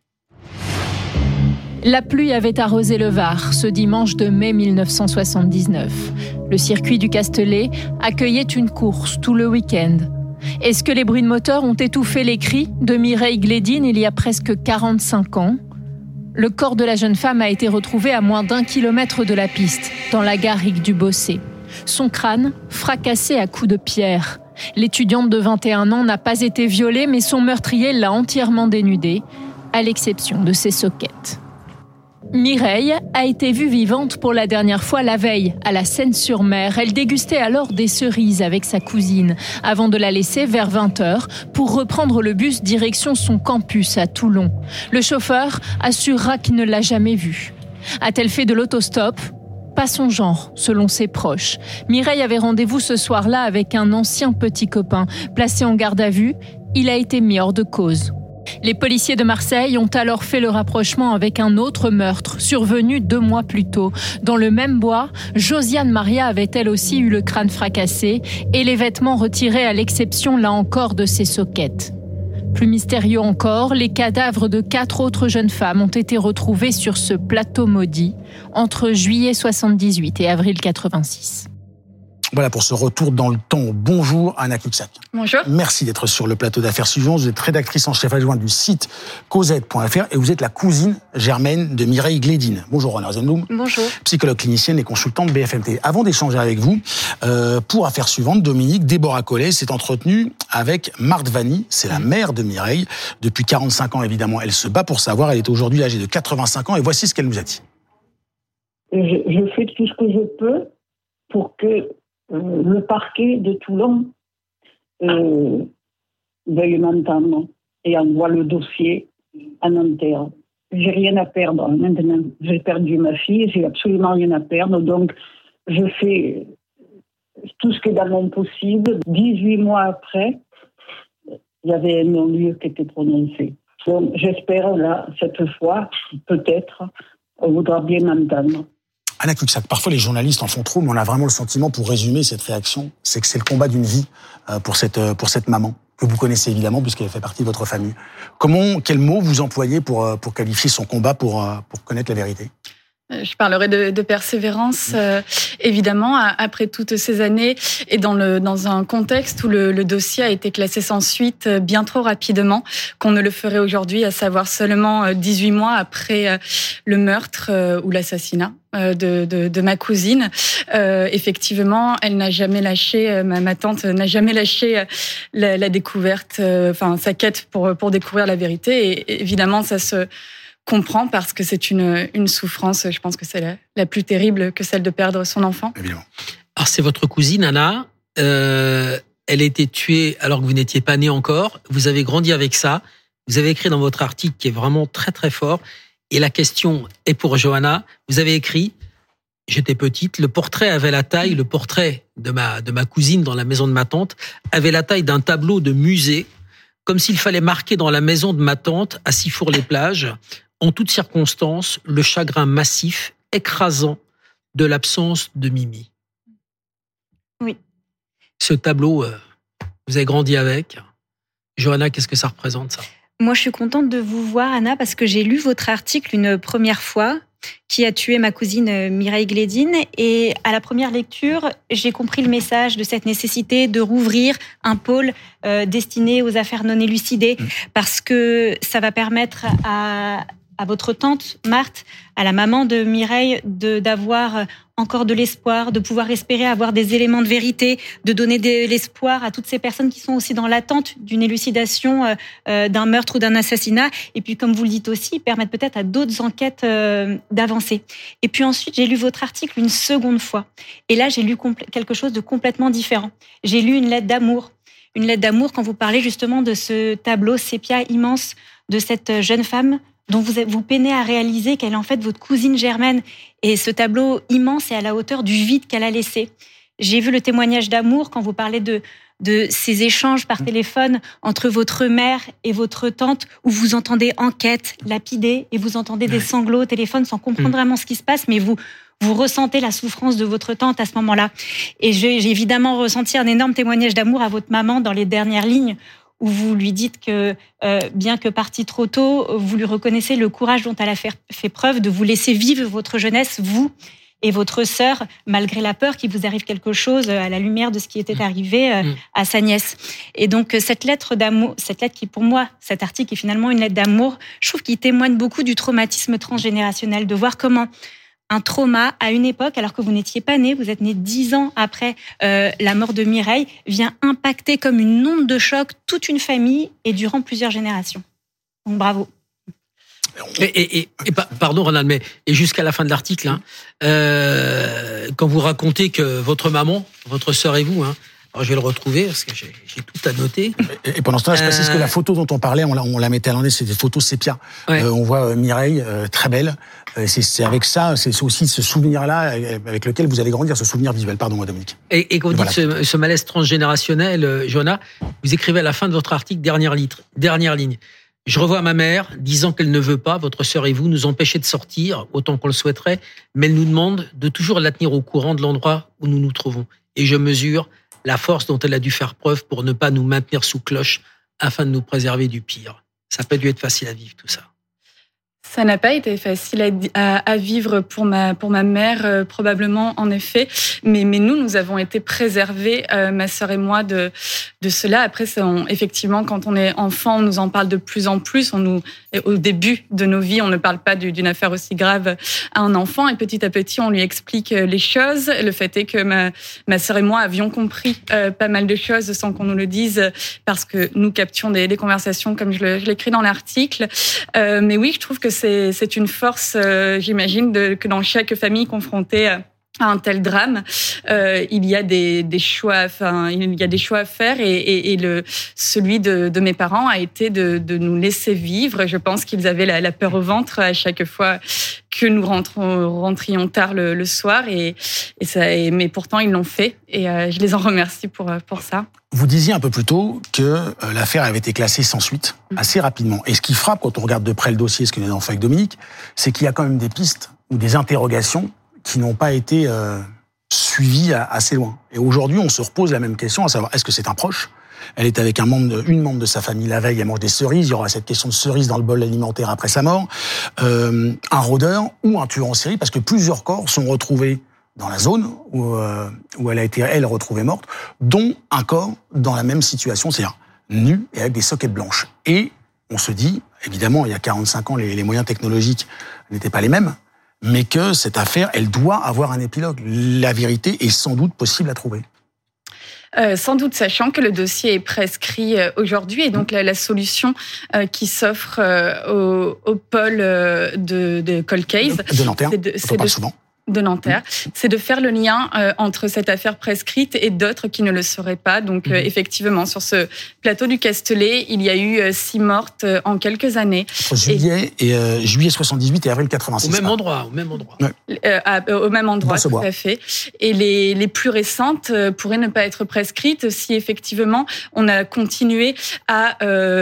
La pluie avait arrosé le Var ce dimanche de mai 1979. Le circuit du Castellet accueillait une course tout le week-end. Est-ce que les bruits de moteur ont étouffé les cris de Mireille Glédine il y a presque 45 ans ? Le corps de la jeune femme a été retrouvé à moins d'1 kilomètre de la piste, dans la garrigue du Bossé. Son crâne fracassé à coups de pierre. L'étudiante de 21 ans n'a pas été violée, mais son meurtrier l'a entièrement dénudée, à l'exception de ses soquettes. Mireille a été vue vivante pour la dernière fois la veille, à la Seine-sur-Mer. Elle dégustait alors des cerises avec sa cousine, avant de la laisser vers 20h pour reprendre le bus direction son campus à Toulon. Le chauffeur assurera qu'il ne l'a jamais vue. A-t-elle fait de l'autostop ? Pas son genre, selon ses proches. Mireille avait rendez-vous ce soir-là avec un ancien petit copain. Placé en garde à vue, il a été mis hors de cause. Les policiers de Marseille ont alors fait le rapprochement avec un autre meurtre, survenu 2 mois plus tôt. Dans le même bois, Josiane Maria avait elle aussi eu le crâne fracassé et les vêtements retirés à l'exception, là encore, de ses soquettes. Plus mystérieux encore, les cadavres de 4 autres jeunes femmes ont été retrouvés sur ce plateau maudit entre juillet 78 et avril 86. Voilà pour ce retour dans le temps. Bonjour Anna Kuczak. Bonjour. Merci d'être sur le plateau d'Affaires suivantes. Vous êtes rédactrice en chef adjointe du site causette.fr et vous êtes la cousine germaine de Mireille Glédine. Bonjour Anna Rosenblum. Bonjour. Psychologue clinicienne et consultante BFMT. Avant d'échanger avec vous, pour Affaires suivantes, Dominique, Déborah Collet s'est entretenue avec Marthe Vanny, c'est la mère de Mireille. Depuis 45 ans évidemment, elle se bat pour savoir. Elle est aujourd'hui âgée de 85 ans et voici ce qu'elle nous a dit. Je fais tout ce que je peux pour que le parquet de Toulon veuille m'entendre et envoie le dossier à Nanterre. J'ai rien à perdre. Maintenant, j'ai perdu ma fille, j'ai absolument rien à perdre. Donc, je fais tout ce qui est dans mon possible. 18 mois après, il y avait un non-lieu qui était prononcé. Donc, j'espère, là, cette fois, peut-être, on voudra bien m'entendre. Anna Cuxac, parfois les journalistes en font trop, mais on a vraiment le sentiment, pour résumer cette réaction, c'est que c'est le combat d'une vie pour cette maman, que vous connaissez évidemment, puisqu'elle fait partie de votre famille. Quel mot vous employez pour qualifier son combat, pour connaître la vérité ? Je parlerai de persévérance, évidemment, après toutes ces années et dans un contexte où le dossier a été classé sans suite bien trop rapidement, qu'on ne le ferait aujourd'hui, à savoir seulement 18 mois après le meurtre ou l'assassinat de ma cousine. Effectivement, elle n'a jamais lâché, ma tante n'a jamais lâché la découverte, sa quête pour découvrir la vérité. Et évidemment, ça se comprend parce que c'est une souffrance, je pense que c'est la plus terrible que celle de perdre son enfant. Évidemment. Alors c'est votre cousine Anna, elle a été tuée alors que vous n'étiez pas née encore, vous avez grandi avec ça, vous avez écrit dans votre article qui est vraiment très très fort, et la question est pour Johanna, vous avez écrit « J'étais petite, le portrait de ma cousine dans la maison de ma tante avait la taille d'un tableau de musée, comme s'il fallait marquer dans la maison de ma tante à Sifour-les-Plages, en toutes circonstances, le chagrin massif, écrasant de l'absence de Mimi. » Oui. Ce tableau, vous avez grandi avec. Johanna, qu'est-ce que ça représente, ça ? Moi, je suis contente de vous voir, Anna, parce que j'ai lu votre article une première fois, qui a tué ma cousine Mireille Glédine. Et à la première lecture, j'ai compris le message de cette nécessité de rouvrir un pôle destiné aux affaires non élucidées, parce que ça va permettre à votre tante Marthe, à la maman de Mireille, d'avoir encore de l'espoir, de pouvoir espérer avoir des éléments de vérité, de donner de l'espoir à toutes ces personnes qui sont aussi dans l'attente d'une élucidation d'un meurtre ou d'un assassinat. Et puis, comme vous le dites aussi, permettre peut-être à d'autres enquêtes d'avancer. Et puis ensuite, j'ai lu votre article une seconde fois. Et là, j'ai lu quelque chose de complètement différent. J'ai lu une lettre d'amour. Une lettre d'amour quand vous parlez justement de ce tableau sépia immense de cette jeune femme dont vous peinez à réaliser qu'elle est en fait votre cousine germaine. Et ce tableau immense est à la hauteur du vide qu'elle a laissé. J'ai vu le témoignage d'amour quand vous parlez de ces échanges par téléphone entre votre mère et votre tante, où vous entendez enquête, lapidée, et vous entendez des sanglots au téléphone sans comprendre vraiment ce qui se passe, mais vous ressentez la souffrance de votre tante à ce moment-là. Et j'ai évidemment ressenti un énorme témoignage d'amour à votre maman dans les dernières lignes, où vous lui dites que, bien que partie trop tôt, vous lui reconnaissez le courage dont elle a fait preuve de vous laisser vivre votre jeunesse, vous et votre sœur, malgré la peur qu'il vous arrive quelque chose à la lumière de ce qui était arrivé à sa nièce. Et donc, cette lettre d'amour, cette lettre qui, pour moi, cet article est finalement une lettre d'amour, je trouve qu'il témoigne beaucoup du traumatisme transgénérationnel, de voir comment un trauma, à une époque, alors que vous n'étiez pas né, vous êtes né 10 ans après la mort de Mireille, vient impacter comme une onde de choc toute une famille et durant plusieurs générations. Donc bravo. Pardon Ronald, mais jusqu'à la fin de l'article, quand vous racontez que votre maman, votre sœur et vous, alors je vais le retrouver parce que j'ai tout à noter. Et pendant ce temps-là, je précise que la photo dont on parlait, on la mettait à l'envers, c'est des photos sépia. Ouais. On voit Mireille, très belle. C'est avec ça, c'est aussi ce souvenir-là avec lequel vous avez grandi, ce souvenir visuel. Pardon, Dominique. Et quand vous dites ce malaise transgénérationnel, Johanna, vous écrivez à la fin de votre article, dernière ligne. Je revois ma mère disant qu'elle ne veut pas, votre sœur et vous, nous empêcher de sortir autant qu'on le souhaiterait, mais elle nous demande de toujours la tenir au courant de l'endroit où nous nous trouvons. Et je mesure la force dont elle a dû faire preuve pour ne pas nous maintenir sous cloche afin de nous préserver du pire. Ça n'a pas dû être facile à vivre, tout ça. Ça n'a pas été facile à vivre pour ma mère, probablement, en effet. Mais nous avons été préservés, ma sœur et moi, de cela. Après, effectivement, quand on est enfant, on nous en parle de plus en plus. Au début de nos vies, on ne parle pas d'une affaire aussi grave à un enfant. Et petit à petit, on lui explique les choses. Le fait est que ma sœur et moi avions compris pas mal de choses sans qu'on nous le dise, parce que nous captions des conversations, comme je l'écris dans l'article. Mais oui, je trouve que c'est une force, j'imagine, que dans chaque famille confrontée à un tel drame, il y a des choix, il y a des choix à faire et celui de mes parents a été de nous laisser vivre. Je pense qu'ils avaient la peur au ventre à chaque fois que nous rentrions tard le soir mais pourtant ils l'ont fait et je les en remercie pour ça. Vous disiez un peu plus tôt que l'affaire avait été classée sans suite assez rapidement. Et ce qui frappe quand on regarde de près le dossier, ce que nous avons fait avec Dominique, c'est qu'il y a quand même des pistes ou des interrogations qui n'ont pas été suivies assez loin. Et aujourd'hui, on se repose la même question, à savoir, est-ce que c'est un proche ? Elle est avec une membre de sa famille la veille, elle mange des cerises, il y aura cette question de cerises dans le bol alimentaire après sa mort, un rôdeur ou un tueur en série, parce que plusieurs corps sont retrouvés dans la zone où elle a été, elle, retrouvée morte, dont un corps dans la même situation, c'est-à-dire nu et avec des soquettes blanches. Et on se dit, évidemment, il y a 45 ans, les moyens technologiques n'étaient pas les mêmes, mais que cette affaire, elle doit avoir un épilogue. La vérité est sans doute possible à trouver. Sans doute, sachant que le dossier est prescrit aujourd'hui, et donc la solution qui s'offre au pôle de Cold Case, de Nanterre, on parle souvent. De Nanterre, c'est de faire le lien entre cette affaire prescrite et d'autres qui ne le seraient pas. Donc effectivement, sur ce plateau du Castellet, il y a eu 6 mortes en quelques années. Entre juillet 78 et avril 86. Au même endroit. Ouais. Au même endroit, tout à fait. Et les plus récentes pourraient ne pas être prescrites si effectivement on a continué à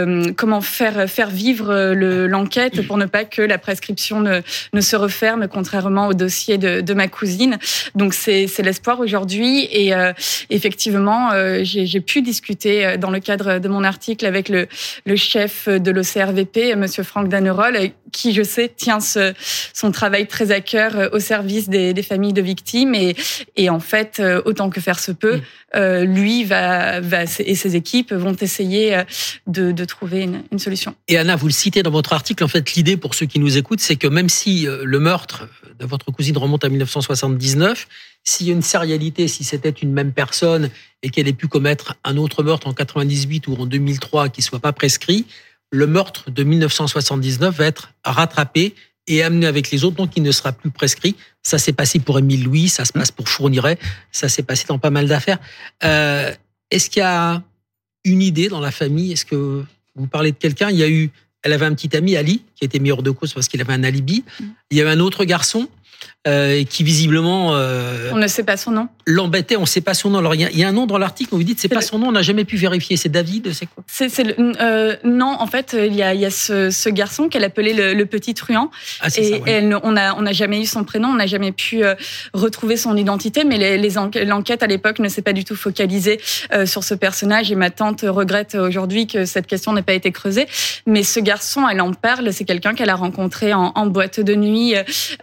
faire vivre l'enquête pour ne pas que la prescription ne se referme, contrairement au dossier de ma cousine. Donc c'est l'espoir aujourd'hui et effectivement j'ai pu discuter dans le cadre de mon article avec le chef de l'OCRVP, monsieur Franck Danerol, qui je sais tient son travail très à cœur au service des familles de victimes et en fait autant que faire se peut, lui va et ses équipes vont essayer de trouver une solution. Et Anna, vous le citez dans votre article, en fait l'idée pour ceux qui nous écoutent, c'est que même si le meurtre de votre cousine remonte à 1979, s'il y a une sérialité, si c'était une même personne et qu'elle ait pu commettre un autre meurtre en 98 ou en 2003 qui soit pas prescrit, le meurtre de 1979 va être rattrapé et amené avec les autres, donc il ne sera plus prescrit. Ça s'est passé pour Émile Louis, ça se passe pour Fourniret, ça s'est passé dans pas mal d'affaires. Est-ce qu'il y a une idée dans la famille ? Est-ce que vous parlez de quelqu'un ? Elle avait un petit ami, Ali, qui était mis hors de cause parce qu'il avait un alibi. Il y avait un autre garçon qui visiblement... on ne sait pas son nom. L'embêtait, on ne sait pas son nom. Alors, il y a un nom dans l'article où vous dites c'est pas son nom, on n'a jamais pu vérifier. C'est David, c'est quoi ? Non, en fait, il y a ce garçon qu'elle appelait le petit truand. Ah, c'est ça, ouais. Et on n'a jamais eu son prénom, on n'a jamais pu retrouver son identité, mais l'enquête à l'époque ne s'est pas du tout focalisée sur ce personnage et ma tante regrette aujourd'hui que cette question n'ait pas été creusée. Mais ce garçon, elle en parle, c'est quelqu'un qu'elle a rencontré en boîte de nuit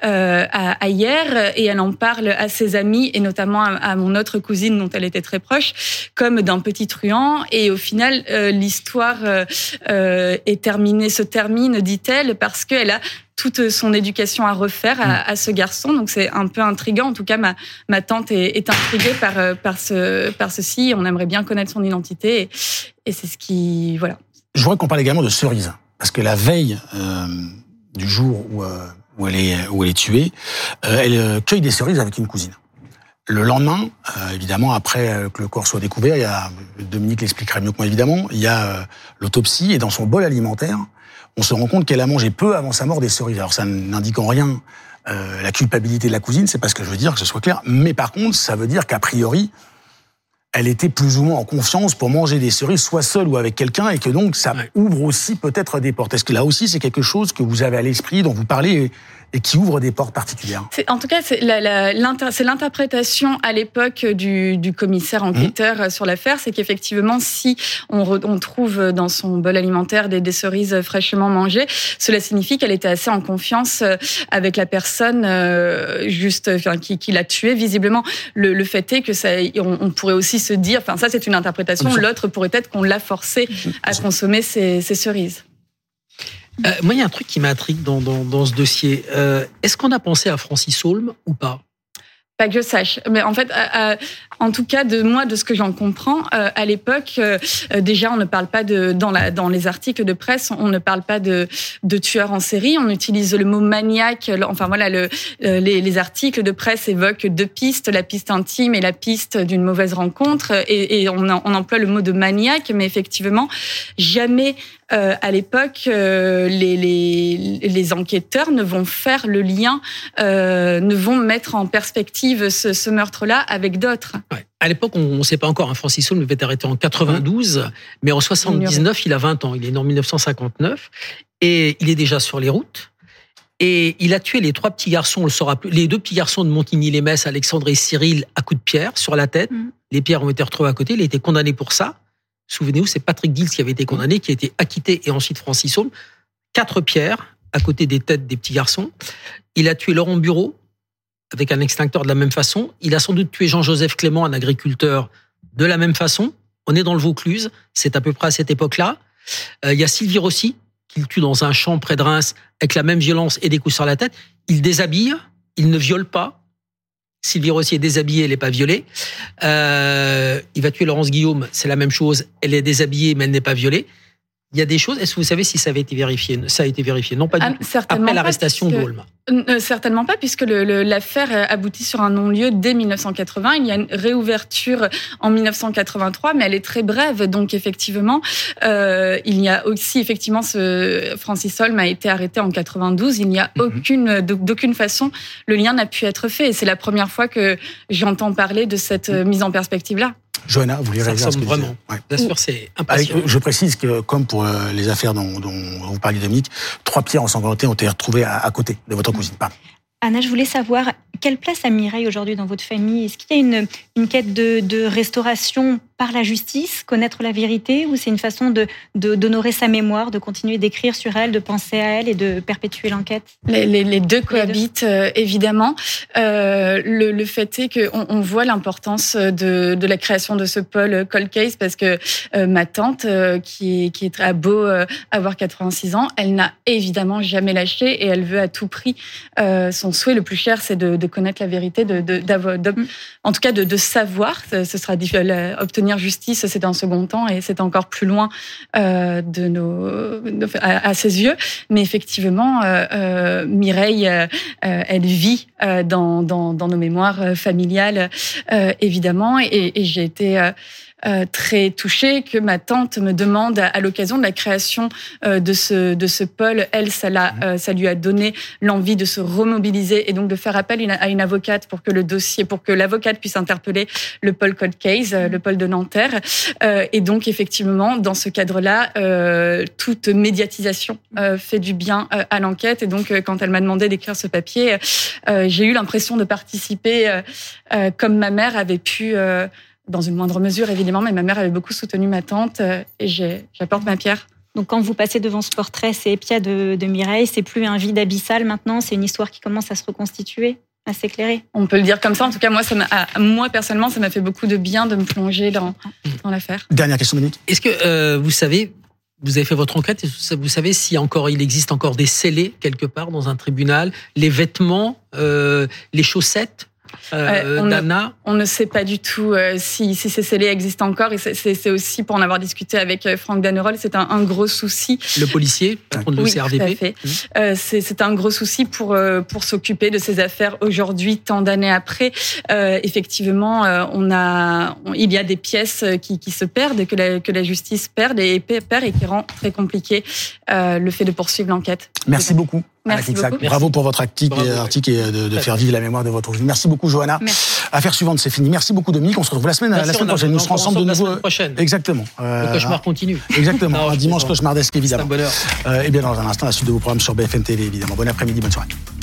à hier et elle en parle à ses amis et notamment à mon autre cousine dont elle était très proche comme d'un petit truand et au final l'histoire se termine, dit-elle, parce qu'elle a toute son éducation à refaire à ce garçon. Donc c'est un peu intriguant. En tout cas, ma tante est intriguée par ceci. On aimerait bien connaître son identité et c'est ce qui... Voilà. Je voudrais qu'on parle également de cerises. Parce que la veille du jour où elle est tuée, elle cueille des cerises avec une cousine. Le lendemain, évidemment, après que le corps soit découvert, il y a, Dominique l'expliquerait mieux que moi évidemment, il y a l'autopsie et dans son bol alimentaire, on se rend compte qu'elle a mangé peu avant sa mort des cerises. Alors ça n'indique en rien la culpabilité de la cousine, c'est pas ce que je veux dire, que ce soit clair, mais par contre, ça veut dire qu'a priori, elle était plus ou moins en confiance pour manger des cerises, soit seule ou avec quelqu'un, et que donc ça ouvre aussi peut-être des portes. Est-ce que là aussi c'est quelque chose que vous avez à l'esprit, dont vous parlez, et qui ouvre des portes particulières? En tout cas, c'est l'interprétation à l'époque du commissaire enquêteur sur l'affaire, c'est qu'effectivement, si on trouve dans son bol alimentaire des cerises fraîchement mangées, cela signifie qu'elle était assez en confiance avec la personne qui l'a tuée. Visiblement, le fait est que on pourrait aussi se dire, enfin ça c'est une interprétation, l'autre pourrait être qu'on l'a forcé à consommer ces cerises. Moi, il y a un truc qui m'intrigue dans ce dossier. Est-ce qu'on a pensé à Francis Saulme ou pas? Pas que je sache. Mais en fait, En tout cas, de ce que j'en comprends, à l'époque, déjà, on ne parle pas dans les articles de presse, on ne parle pas de tueurs en série. On utilise le mot maniaque. Enfin voilà, les articles de presse évoquent deux pistes, la piste intime et la piste d'une mauvaise rencontre, et on emploie le mot de maniaque, mais effectivement, jamais à l'époque, les enquêteurs ne vont faire le lien, ne vont mettre en perspective ce meurtre-là avec d'autres. Ouais. À l'époque, on ne sait pas encore. Francis Holm avait été arrêté en 92, mais en 79, il a 20 ans. Il est né en 1959 et il est déjà sur les routes. Et il a tué les trois petits garçons, on le saura plus, les deux petits garçons de Montigny-les-Metz, Alexandre et Cyril, à coups de pierre sur la tête. Les pierres ont été retrouvées à côté. Il a été condamné pour ça. Souvenez-vous, c'est Patrick Gilles qui avait été condamné, qui a été acquitté, et ensuite Francis Holm. 4 pierres à côté des têtes des petits garçons. Il a tué Laurent Bureau avec un extincteur de la même façon. Il a sans doute tué Jean-Joseph Clément, un agriculteur, de la même façon. On est dans le Vaucluse, c'est à peu près à cette époque-là. Il y a Sylvie Rossi, qu'il tue dans un champ près de Reims, avec la même violence et des coups sur la tête. Il déshabille, il ne viole pas. Sylvie Rossi est déshabillée, elle n'est pas violée. Il va tuer Laurence Guillaume, c'est la même chose. Elle est déshabillée, mais elle n'est pas violée. Il y a des choses, est-ce que vous savez si ça avait été vérifié ? Ça a été vérifié, non pas du tout. Après l'arrestation d'Holm. Certainement pas, puisque l'affaire aboutit sur un non-lieu dès 1980. Il y a une réouverture en 1983, mais elle est très brève. Donc effectivement, il y a aussi effectivement Francis Holm a été arrêté en 92. Il n'y a d'aucune façon le lien n'a pu être fait. Et c'est la première fois que j'entends parler de cette mise en perspective-là. Johanna, vous voulez réagir à ce que vraiment. Bien sûr, c'est impatient. Je précise que, comme pour les affaires dont vous parliez, Dominique, 3 pierres ensanglantées ont été retrouvées à côté de votre cousine. Anna, je voulais savoir, quelle place a Mireille aujourd'hui dans votre famille ? Est-ce qu'il y a une quête de restauration par la justice, connaître la vérité, ou c'est une façon d'honorer sa mémoire, de continuer d'écrire sur elle, de penser à elle et de perpétuer l'enquête ? Les deux cohabitent, évidemment. Le fait est qu'on voit l'importance de la création de ce pôle Cold Case, parce que ma tante, qui a beau avoir 86 ans, elle n'a évidemment jamais lâché, et elle veut à tout prix, son souhait le plus cher, c'est de connaître la vérité, en tout cas de savoir. Ce sera obtenir justice, c'est un second temps, et c'est encore plus loin à ses yeux. Mais effectivement, Mireille, elle vit dans nos mémoires familiales, évidemment, et j'ai été très touchée que ma tante me demande à l'occasion de la création de ce pôle. Elle, ça lui a donné l'envie de se remobiliser et donc de faire appel à une avocate pour que l'avocate puisse interpeller le pôle Cold Case, le pôle de Nanterre. Et donc effectivement, dans ce cadre-là, toute médiatisation fait du bien à l'enquête. Et donc quand elle m'a demandé d'écrire ce papier, j'ai eu l'impression de participer comme ma mère avait pu. Dans une moindre mesure, évidemment, mais ma mère avait beaucoup soutenu ma tante, et j'apporte ma pierre. Donc quand vous passez devant ce portrait sépia de Mireille, c'est plus un vide abyssal maintenant, c'est une histoire qui commence à se reconstituer, à s'éclairer. On peut le dire comme ça. En tout cas, moi personnellement, ça m'a fait beaucoup de bien de me plonger dans l'affaire. Dernière question, Dominique. Est-ce que vous avez fait votre enquête, vous savez si il existe encore des scellés quelque part dans un tribunal, les vêtements, les chaussettes d'Anna? On ne sait pas du tout si ces scellés existent encore, et c'est aussi, pour en avoir discuté avec Franck Danerol, c'est un gros souci. Le policier, patron de l'OCRDP. Oui, tout à fait. C'est un gros souci pour s'occuper de ces affaires aujourd'hui, tant d'années après. Effectivement, il y a des pièces qui se perdent, que la justice perd et qui rend très compliqué le fait de poursuivre l'enquête. Merci beaucoup. Merci beaucoup. Bravo pour votre article et de faire vivre la mémoire de votre cousine. Merci beaucoup, Johanna. Merci. Affaire suivante, c'est fini. Merci beaucoup, Dominique. On se retrouve la semaine prochaine. Nous serons ensemble de nouveau. La semaine prochaine. Exactement. Le cauchemar continue. Exactement. Un dimanche cauchemardesque, évidemment. C'est un bonheur. Et bien, dans un instant, la suite de vos programmes sur BFM TV, évidemment. Bon après-midi, bonne soirée.